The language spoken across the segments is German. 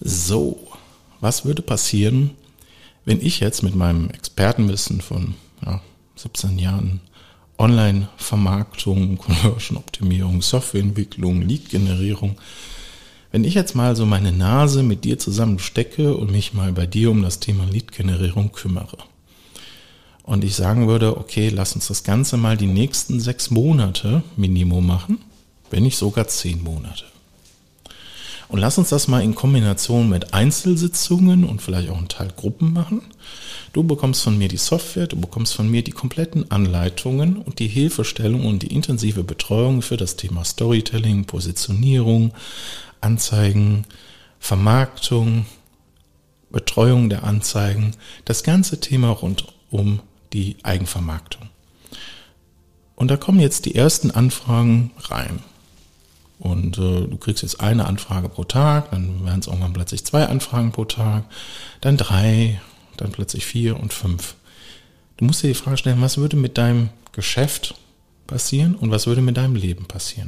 So, was würde passieren, wenn ich jetzt mit meinem Expertenwissen von 17 Jahren Online-Vermarktung, Conversion-Optimierung, Softwareentwicklung, Lead-Generierung, wenn ich jetzt mal so meine Nase mit dir zusammenstecke und mich mal bei dir um das Thema Lead-Generierung kümmere und ich sagen würde, okay, lass uns das Ganze mal die nächsten 6 Monate Minimum machen, wenn nicht sogar 10 Monate. Und lass uns das mal in Kombination mit Einzelsitzungen und vielleicht auch einen Teil Gruppen machen. Du bekommst von mir die Software, du bekommst von mir die kompletten Anleitungen und die Hilfestellung und die intensive Betreuung für das Thema Storytelling, Positionierung, Anzeigen, Vermarktung, Betreuung der Anzeigen, das ganze Thema rund um die Eigenvermarktung. Und da kommen jetzt die ersten Anfragen rein. Und du kriegst jetzt eine Anfrage pro Tag, dann werden es irgendwann plötzlich 2 Anfragen pro Tag, dann 3, dann plötzlich 4 und 5. Du musst dir die Frage stellen, was würde mit deinem Geschäft passieren und was würde mit deinem Leben passieren?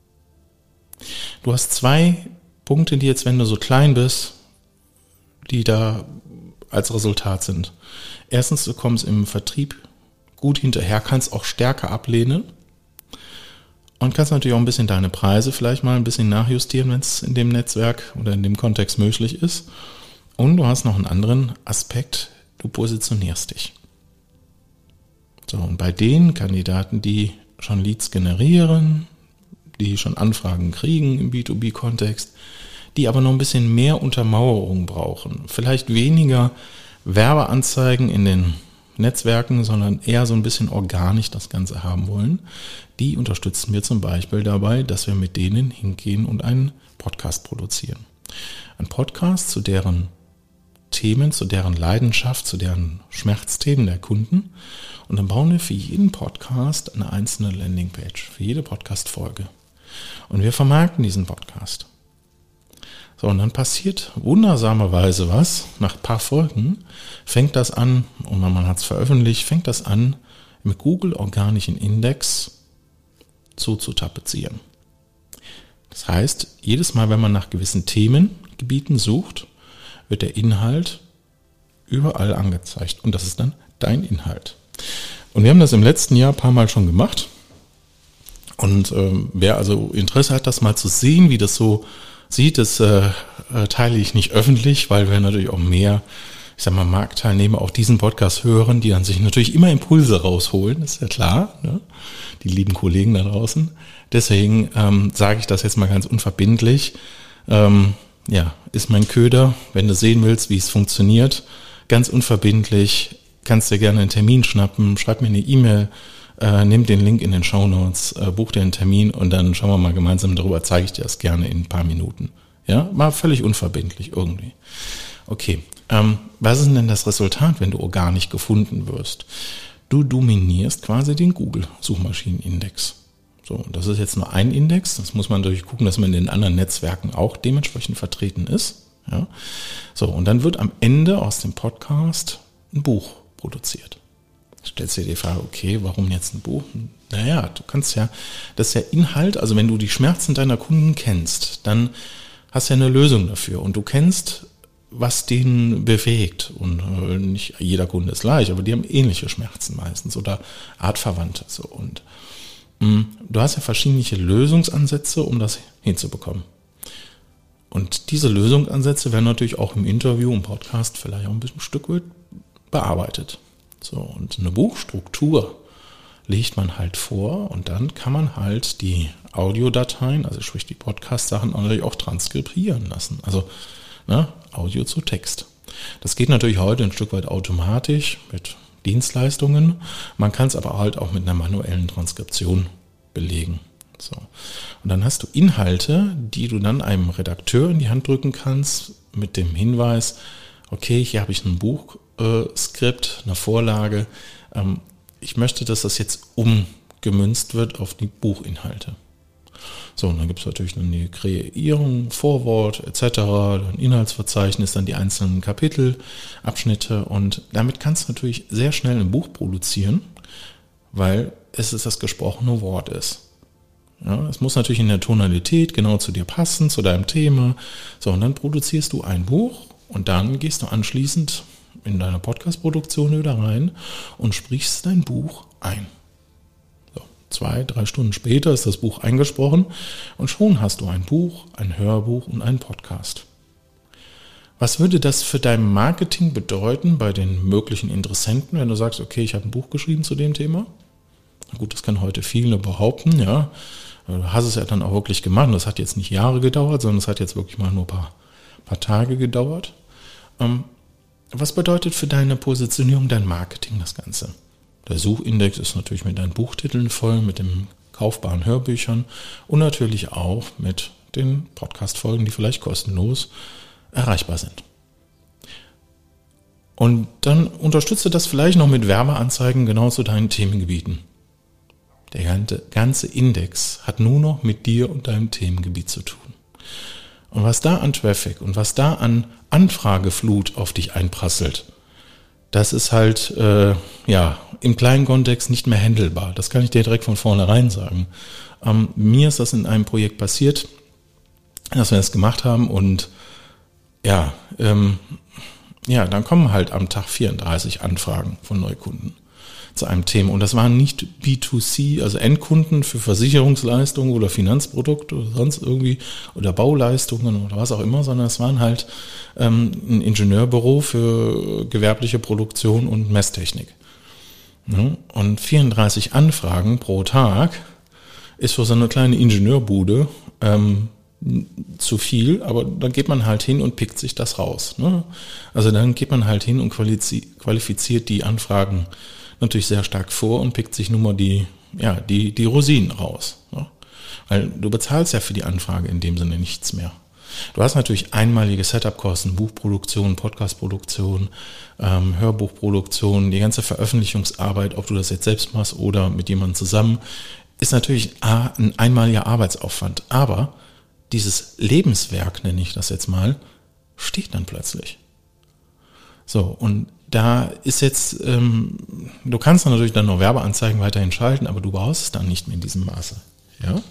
Du hast 2 Punkte, die jetzt, wenn du so klein bist, die da als Resultat sind. Erstens, du kommst im Vertrieb gut hinterher, kannst auch stärker ablehnen. Und kannst natürlich auch ein bisschen deine Preise vielleicht mal ein bisschen nachjustieren, wenn es in dem Netzwerk oder in dem Kontext möglich ist. Und du hast noch einen anderen Aspekt, du positionierst dich. So, und bei den Kandidaten, die schon Leads generieren, die schon Anfragen kriegen im B2B-Kontext, die aber noch ein bisschen mehr Untermauerung brauchen, vielleicht weniger Werbeanzeigen in den Netzwerken, sondern eher so ein bisschen organisch das Ganze haben wollen, die unterstützen wir zum Beispiel dabei, dass wir mit denen hingehen und einen Podcast produzieren. Ein Podcast zu deren Themen, zu deren Leidenschaft, zu deren Schmerzthemen der Kunden. Und dann bauen wir für jeden Podcast eine einzelne Landingpage, für jede Podcast-Folge. Und wir vermarkten diesen Podcast. So, und dann passiert wundersamerweise was. Nach ein paar Folgen fängt das an, und man hat es veröffentlicht, fängt das an, mit Google organischen Index zu tapezieren. Das heißt, jedes Mal, wenn man nach gewissen Themengebieten sucht, wird der Inhalt überall angezeigt. Und das ist dann dein Inhalt. Und wir haben das im letzten Jahr ein paar Mal schon gemacht. Und wer also Interesse hat, das mal zu sehen, wie das so sieht, das teile ich nicht öffentlich, weil wir natürlich auch mehr, Marktteilnehmer auch diesen Podcast hören, die dann sich natürlich immer Impulse rausholen, ist ja klar, ne? Die lieben Kollegen da draußen. Deswegen sage ich das jetzt mal ganz unverbindlich. Ist mein Köder, wenn du sehen willst, wie es funktioniert, ganz unverbindlich, kannst dir gerne einen Termin schnappen, schreib mir eine E-Mail, nimm den Link in den Shownotes, buch dir einen Termin und dann schauen wir mal gemeinsam darüber, zeige ich dir das gerne in ein paar Minuten. Ja, mal völlig unverbindlich irgendwie. Okay, was ist denn das Resultat, wenn du organisch gefunden wirst? Du dominierst quasi den Google-Suchmaschinenindex. So, und das ist jetzt nur ein Index, das muss man natürlich gucken, dass man in den anderen Netzwerken auch dementsprechend vertreten ist. Ja. So, und dann wird am Ende aus dem Podcast ein Buch produziert. Stellst dir die Frage, okay, warum jetzt ein Buch? Naja, du kannst ja, das ist ja Inhalt, also wenn du die Schmerzen deiner Kunden kennst, dann hast du ja eine Lösung dafür und du kennst, was den bewegt. Und nicht jeder Kunde ist gleich, aber die haben ähnliche Schmerzen meistens oder artverwandte. So. Und du hast ja verschiedene Lösungsansätze, um das hinzubekommen. Und diese Lösungsansätze werden natürlich auch im Interview, im Podcast vielleicht auch ein bisschen ein Stück weit bearbeitet. So, und eine Buchstruktur legt man halt vor und dann kann man halt die Audiodateien, also sprich die Podcast-Sachen natürlich auch transkribieren lassen. Also Audio zu Text. Das geht natürlich heute ein Stück weit automatisch mit Dienstleistungen. Man kann es aber halt auch mit einer manuellen Transkription belegen. So. Und dann hast du Inhalte, die du dann einem Redakteur in die Hand drücken kannst mit dem Hinweis, okay, hier habe ich ein Buchskript, eine Vorlage. Ich möchte, dass das jetzt umgemünzt wird auf die Buchinhalte. So, und dann gibt es natürlich dann die Kreierung, Vorwort etc., dann Inhaltsverzeichnis, dann die einzelnen Kapitelabschnitte und damit kannst du natürlich sehr schnell ein Buch produzieren, weil es das gesprochene Wort ist. Ja, es muss natürlich in der Tonalität genau zu dir passen, zu deinem Thema. So, und dann produzierst du ein Buch und dann gehst du anschließend in deiner Podcast-Produktion wieder rein und sprichst dein Buch ein. So, 2-3 Stunden später ist das Buch eingesprochen und schon hast du ein Buch, ein Hörbuch und einen Podcast. Was würde das für dein Marketing bedeuten bei den möglichen Interessenten, wenn du sagst, okay, ich habe ein Buch geschrieben zu dem Thema? Na gut, das kann heute viele behaupten, ja. Du hast es ja dann auch wirklich gemacht. Das hat jetzt nicht Jahre gedauert, sondern es hat jetzt wirklich mal nur ein paar Tage gedauert. Was bedeutet für deine Positionierung, dein Marketing das Ganze? Der Suchindex ist natürlich mit deinen Buchtiteln voll, mit den kaufbaren Hörbüchern und natürlich auch mit den Podcast-Folgen, die vielleicht kostenlos erreichbar sind. Und dann unterstütze das vielleicht noch mit Werbeanzeigen genau zu deinen Themengebieten. Der ganze Index hat nur noch mit dir und deinem Themengebiet zu tun. Und was da an Traffic und was da an Anfrageflut auf dich einprasselt, das ist halt im kleinen Kontext nicht mehr handelbar. Das kann ich dir direkt von vornherein sagen. Mir ist das in einem Projekt passiert, dass wir das gemacht haben und dann kommen halt am Tag 34 Anfragen von Neukunden zu einem Thema. Und das waren nicht B2C, also Endkunden für Versicherungsleistungen oder Finanzprodukte oder sonst irgendwie oder Bauleistungen oder was auch immer, sondern es waren halt ein Ingenieurbüro für gewerbliche Produktion und Messtechnik. Ja, und 34 Anfragen pro Tag ist für so eine kleine Ingenieurbude zu viel, aber dann geht man halt hin und pickt sich das raus. Ne? Also dann geht man halt hin und qualifiziert die Anfragen natürlich sehr stark vor und pickt sich nur mal die Rosinen raus. Ne? Weil du bezahlst ja für die Anfrage in dem Sinne nichts mehr. Du hast natürlich einmalige Setup-Kosten, Buchproduktion, Podcastproduktion, Hörbuchproduktion, die ganze Veröffentlichungsarbeit, ob du das jetzt selbst machst oder mit jemandem zusammen, ist natürlich ein einmaliger Arbeitsaufwand. Aber dieses Lebenswerk, nenne ich das jetzt mal, steht dann plötzlich. So, und da ist jetzt, du kannst dann natürlich dann noch Werbeanzeigen weiterhin schalten, aber du brauchst es dann nicht mehr in diesem Maße. Ja?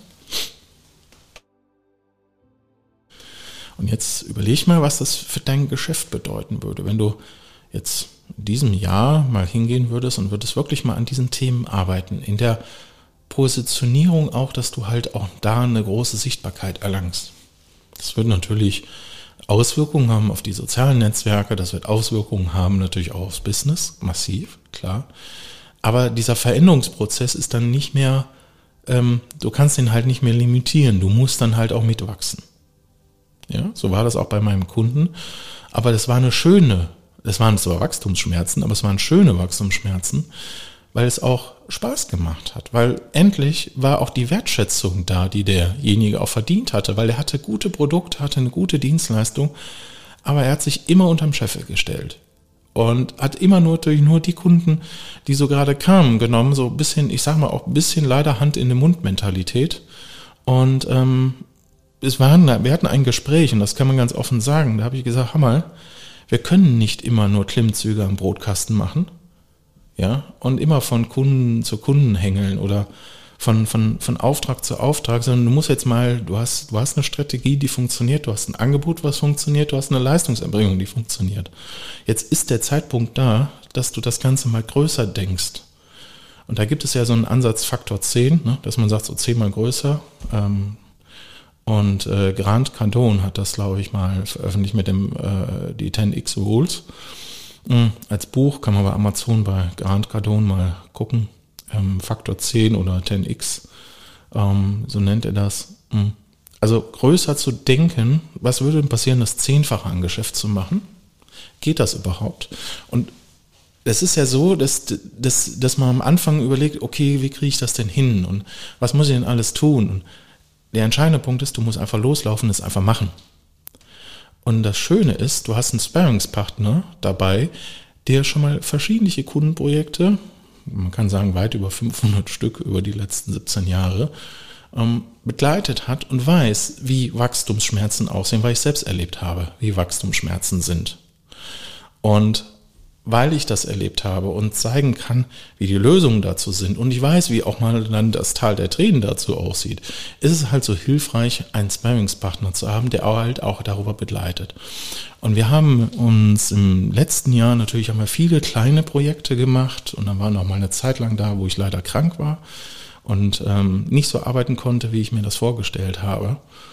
Und jetzt überleg mal, was das für dein Geschäft bedeuten würde, wenn du jetzt in diesem Jahr mal hingehen würdest und würdest wirklich mal an diesen Themen arbeiten, in der Positionierung auch, dass du halt auch da eine große Sichtbarkeit erlangst. Das wird natürlich Auswirkungen haben auf die sozialen Netzwerke, das wird Auswirkungen haben natürlich auch aufs Business, massiv, klar. Aber dieser Veränderungsprozess ist dann nicht mehr, du kannst den halt nicht mehr limitieren, du musst dann halt auch mitwachsen. Ja, so war das auch bei meinem Kunden. Aber das waren zwar Wachstumsschmerzen, aber es waren schöne Wachstumsschmerzen, weil es auch Spaß gemacht hat, weil endlich war auch die Wertschätzung da, die derjenige auch verdient hatte, weil er hatte gute Produkte, hatte eine gute Dienstleistung, aber er hat sich immer unterm Scheffel gestellt und hat immer nur die Kunden, die so gerade kamen, genommen, so ein bisschen, ich sag mal auch ein bisschen leider Hand in den Mund Mentalität und wir hatten ein Gespräch und das kann man ganz offen sagen, da habe ich gesagt, hör mal, wir können nicht immer nur Klimmzüge am Brotkasten machen, ja, und immer von Kunden zu Kunden hängeln oder von Auftrag zu Auftrag, sondern du musst jetzt mal, du hast eine Strategie, die funktioniert, du hast ein Angebot, was funktioniert, du hast eine Leistungserbringung, die funktioniert. Jetzt ist der Zeitpunkt da, dass du das Ganze mal größer denkst. Und da gibt es ja so einen Ansatz Faktor 10, ne, dass man sagt, so 10 mal größer. Und Grant Cardone hat das, glaube ich, mal veröffentlicht mit dem die 10x Rules. Als Buch kann man bei Amazon bei Grant Cardone mal gucken. Faktor 10 oder 10x, so nennt er das. Also größer zu denken, was würde denn passieren, das 10-fache an Geschäft zu machen? Geht das überhaupt? Und es ist ja so, dass man am Anfang überlegt, okay, wie kriege ich das denn hin? Und was muss ich denn alles tun? Und der entscheidende Punkt ist, du musst einfach loslaufen, das einfach machen. Und das Schöne ist, du hast einen Sparringspartner dabei, der schon mal verschiedene Kundenprojekte, man kann sagen weit über 500 Stück über die letzten 17 Jahre, begleitet hat und weiß, wie Wachstumsschmerzen aussehen, weil ich selbst erlebt habe, wie Wachstumsschmerzen sind. Und weil ich das erlebt habe und zeigen kann, wie die Lösungen dazu sind und ich weiß, wie auch mal dann das Tal der Tränen dazu aussieht, ist es halt so hilfreich, einen Sparringspartner zu haben, der halt auch darüber begleitet. Und wir haben uns im letzten Jahr natürlich haben wir viele kleine Projekte gemacht und dann war noch mal eine Zeit lang da, wo ich leider krank war und nicht so arbeiten konnte, wie ich mir das vorgestellt habe.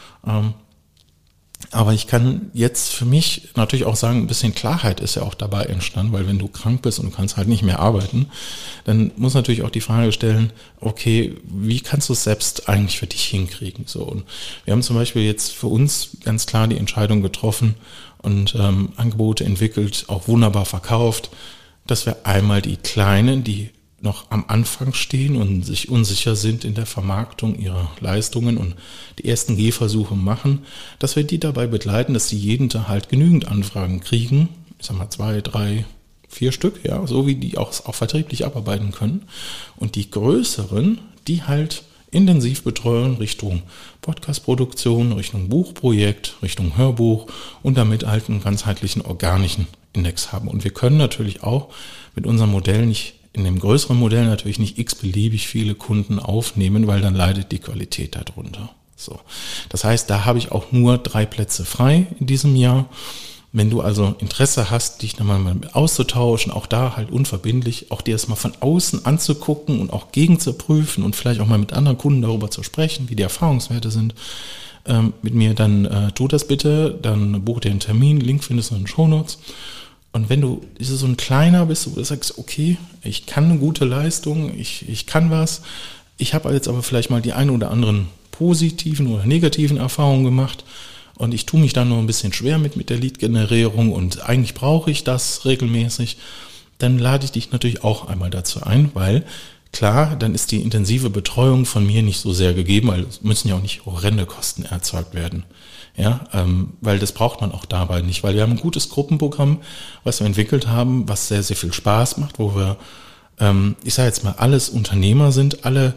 Aber ich kann jetzt für mich natürlich auch sagen, ein bisschen Klarheit ist ja auch dabei entstanden, weil wenn du krank bist und du kannst halt nicht mehr arbeiten, dann muss natürlich auch die Frage stellen, okay, wie kannst du es selbst eigentlich für dich hinkriegen? So, und wir haben zum Beispiel jetzt für uns ganz klar die Entscheidung getroffen und Angebote entwickelt, auch wunderbar verkauft, dass wir einmal die Kleinen, die noch am Anfang stehen und sich unsicher sind in der Vermarktung ihrer Leistungen und die ersten Gehversuche machen, dass wir die dabei begleiten, dass sie jeden Tag halt genügend Anfragen kriegen, ich sag mal 2, 3, 4 Stück, ja, so wie die auch vertrieblich abarbeiten können. Und die größeren, die halt intensiv betreuen Richtung Podcast-Produktion, Richtung Buchprojekt, Richtung Hörbuch und damit halt einen ganzheitlichen organischen Index haben. Und wir können natürlich auch mit unserem Modell in dem größeren Modell natürlich nicht x-beliebig viele Kunden aufnehmen, weil dann leidet die Qualität darunter. So. Das heißt, da habe ich auch nur 3 Plätze frei in diesem Jahr. Wenn du also Interesse hast, dich da mal mit auszutauschen, auch da halt unverbindlich, auch dir das mal von außen anzugucken und auch gegen zu prüfen und vielleicht auch mal mit anderen Kunden darüber zu sprechen, wie die Erfahrungswerte sind, mit mir, dann tu das bitte, dann buch dir einen Termin, Link findest du in den Shownotes. Und wenn du so ein Kleiner bist, wo du sagst, okay, ich kann eine gute Leistung, ich kann was, ich habe jetzt aber vielleicht mal die ein oder anderen positiven oder negativen Erfahrungen gemacht und ich tue mich dann noch ein bisschen schwer mit der Lead-Generierung und eigentlich brauche ich das regelmäßig, dann lade ich dich natürlich auch einmal dazu ein, weil klar, dann ist die intensive Betreuung von mir nicht so sehr gegeben, weil es müssen ja auch nicht horrende Kosten erzeugt werden. Ja, weil das braucht man auch dabei nicht, weil wir haben ein gutes Gruppenprogramm, was wir entwickelt haben, was sehr, sehr viel Spaß macht, wo wir, ich sage jetzt mal, alles Unternehmer sind, alle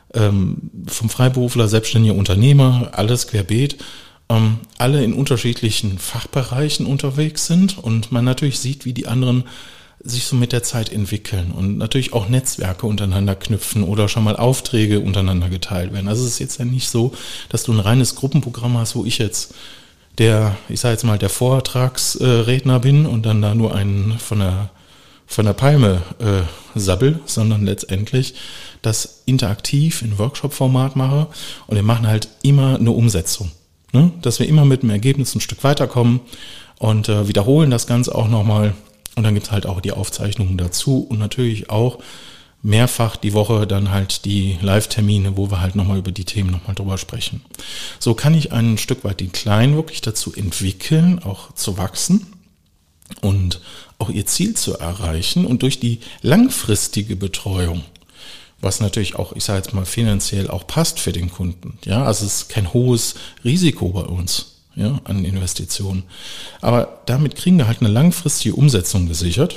vom Freiberufler, selbstständiger Unternehmer, alles querbeet, alle in unterschiedlichen Fachbereichen unterwegs sind und man natürlich sieht, wie die anderen sich so mit der Zeit entwickeln und natürlich auch Netzwerke untereinander knüpfen oder schon mal Aufträge untereinander geteilt werden. Also es ist jetzt ja nicht so, dass du ein reines Gruppenprogramm hast, wo ich jetzt der Vortragsredner bin und dann da nur einen von der Palme sabbel, sondern letztendlich das interaktiv in Workshop-Format mache und wir machen halt immer eine Umsetzung, ne? Dass wir immer mit dem Ergebnis ein Stück weiterkommen und wiederholen das Ganze auch nochmal. Und dann gibt's halt auch die Aufzeichnungen dazu und natürlich auch mehrfach die Woche dann halt die Live-Termine, wo wir halt nochmal über die Themen nochmal drüber sprechen. So kann ich ein Stück weit die Kleinen wirklich dazu entwickeln, auch zu wachsen und auch ihr Ziel zu erreichen und durch die langfristige Betreuung, was natürlich auch, ich sage jetzt mal, finanziell auch passt für den Kunden. Ja, also es ist kein hohes Risiko bei uns. Ja, an Investitionen. Aber damit kriegen wir halt eine langfristige Umsetzung gesichert.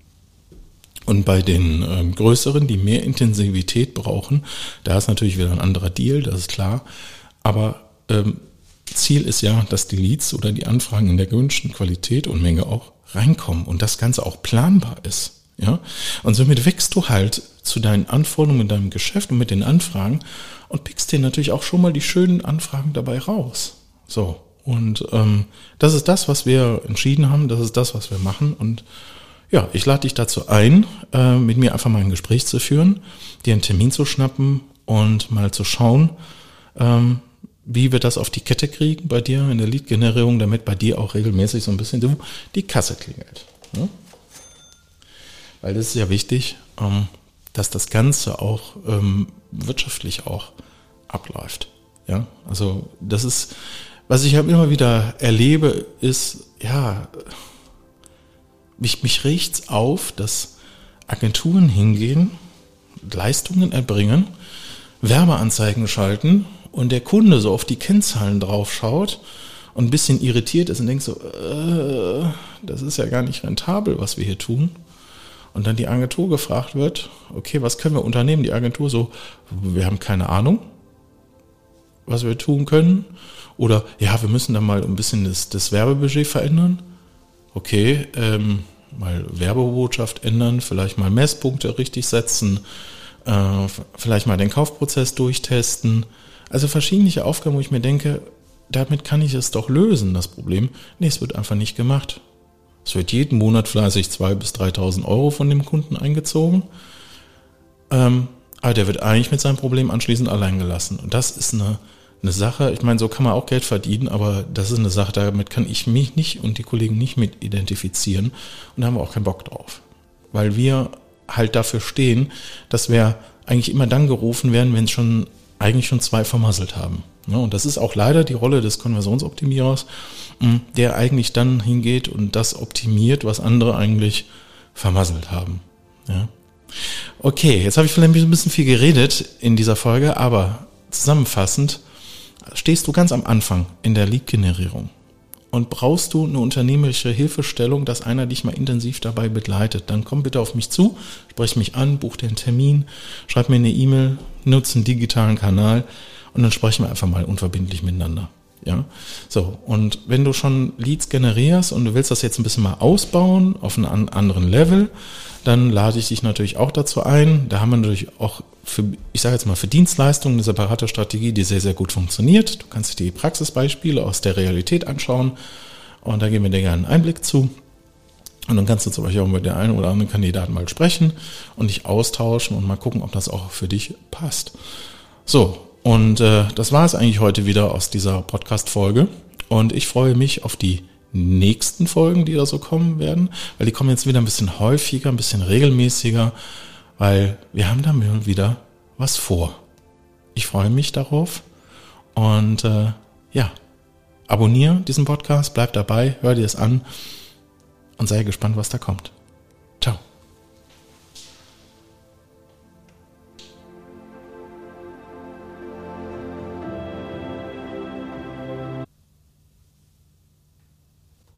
Und bei den größeren, die mehr Intensivität brauchen, da ist natürlich wieder ein anderer Deal, das ist klar. Aber Ziel ist ja, dass die Leads oder die Anfragen in der gewünschten Qualität und Menge auch reinkommen und das Ganze auch planbar ist. Ja? Und somit wächst du halt zu deinen Anforderungen in deinem Geschäft und mit den Anfragen und pickst dir natürlich auch schon mal die schönen Anfragen dabei raus. So. Und das ist das, was wir entschieden haben, das ist das, was wir machen. Und ja, ich lade dich dazu ein, mit mir einfach mal ein Gespräch zu führen, dir einen Termin zu schnappen und mal zu schauen, wie wir das auf die Kette kriegen bei dir in der Lead-Generierung, damit bei dir auch regelmäßig so ein bisschen die Kasse klingelt. Ja? Weil das ist ja wichtig, dass das Ganze auch wirtschaftlich auch abläuft. Ja, also das ist... Was ich immer wieder erlebe, ist, ja, mich regt's auf, dass Agenturen hingehen, Leistungen erbringen, Werbeanzeigen schalten und der Kunde so auf die Kennzahlen drauf schaut und ein bisschen irritiert ist und denkt so, das ist ja gar nicht rentabel, was wir hier tun. Und dann die Agentur gefragt wird, okay, was können wir unternehmen? Die Agentur so, wir haben keine Ahnung, was wir tun können. Oder, ja, wir müssen dann mal ein bisschen das Werbebudget verändern. Okay, mal Werbebotschaft ändern, vielleicht mal Messpunkte richtig setzen, vielleicht mal den Kaufprozess durchtesten. Also verschiedene Aufgaben, wo ich mir denke, damit kann ich es doch lösen, das Problem. Nee, es wird einfach nicht gemacht. Es wird jeden Monat fleißig 2.000 bis 3.000 Euro von dem Kunden eingezogen. Aber der wird eigentlich mit seinem Problem anschließend allein gelassen. Und das ist eine Sache, ich meine, so kann man auch Geld verdienen, aber das ist eine Sache, damit kann ich mich nicht und die Kollegen nicht mit identifizieren. Und da haben wir auch keinen Bock drauf. Weil wir halt dafür stehen, dass wir eigentlich immer dann gerufen werden, wenn es eigentlich schon 2 vermasselt haben. Ja, und das ist auch leider die Rolle des Konversionsoptimierers, der eigentlich dann hingeht und das optimiert, was andere eigentlich vermasselt haben. Ja. Okay, jetzt habe ich vielleicht ein bisschen viel geredet in dieser Folge, aber zusammenfassend stehst du ganz am Anfang in der Lead-Generierung und brauchst du eine unternehmerische Hilfestellung, dass einer dich mal intensiv dabei begleitet. Dann komm bitte auf mich zu, sprech mich an, buch dir einen Termin, schreib mir eine E-Mail, nutze einen digitalen Kanal und dann sprechen wir einfach mal unverbindlich miteinander. Ja, so. Und wenn du schon Leads generierst und du willst das jetzt ein bisschen mal ausbauen auf einen anderen Level, dann lade ich dich natürlich auch dazu ein. Da haben wir natürlich auch für Dienstleistungen eine separate Strategie, die sehr, sehr gut funktioniert. Du kannst dir die Praxisbeispiele aus der Realität anschauen und da geben wir dir gerne einen Einblick zu. Und dann kannst du zum Beispiel auch mit der einen oder anderen Kandidaten mal sprechen und dich austauschen und mal gucken, ob das auch für dich passt. So. Und das war es eigentlich heute wieder aus dieser Podcast-Folge. Und ich freue mich auf die nächsten Folgen, die da so kommen werden, weil die kommen jetzt wieder ein bisschen häufiger, ein bisschen regelmäßiger, weil wir haben da wieder was vor. Ich freue mich darauf und abonniere diesen Podcast, bleib dabei, hör dir es an und sei gespannt, was da kommt.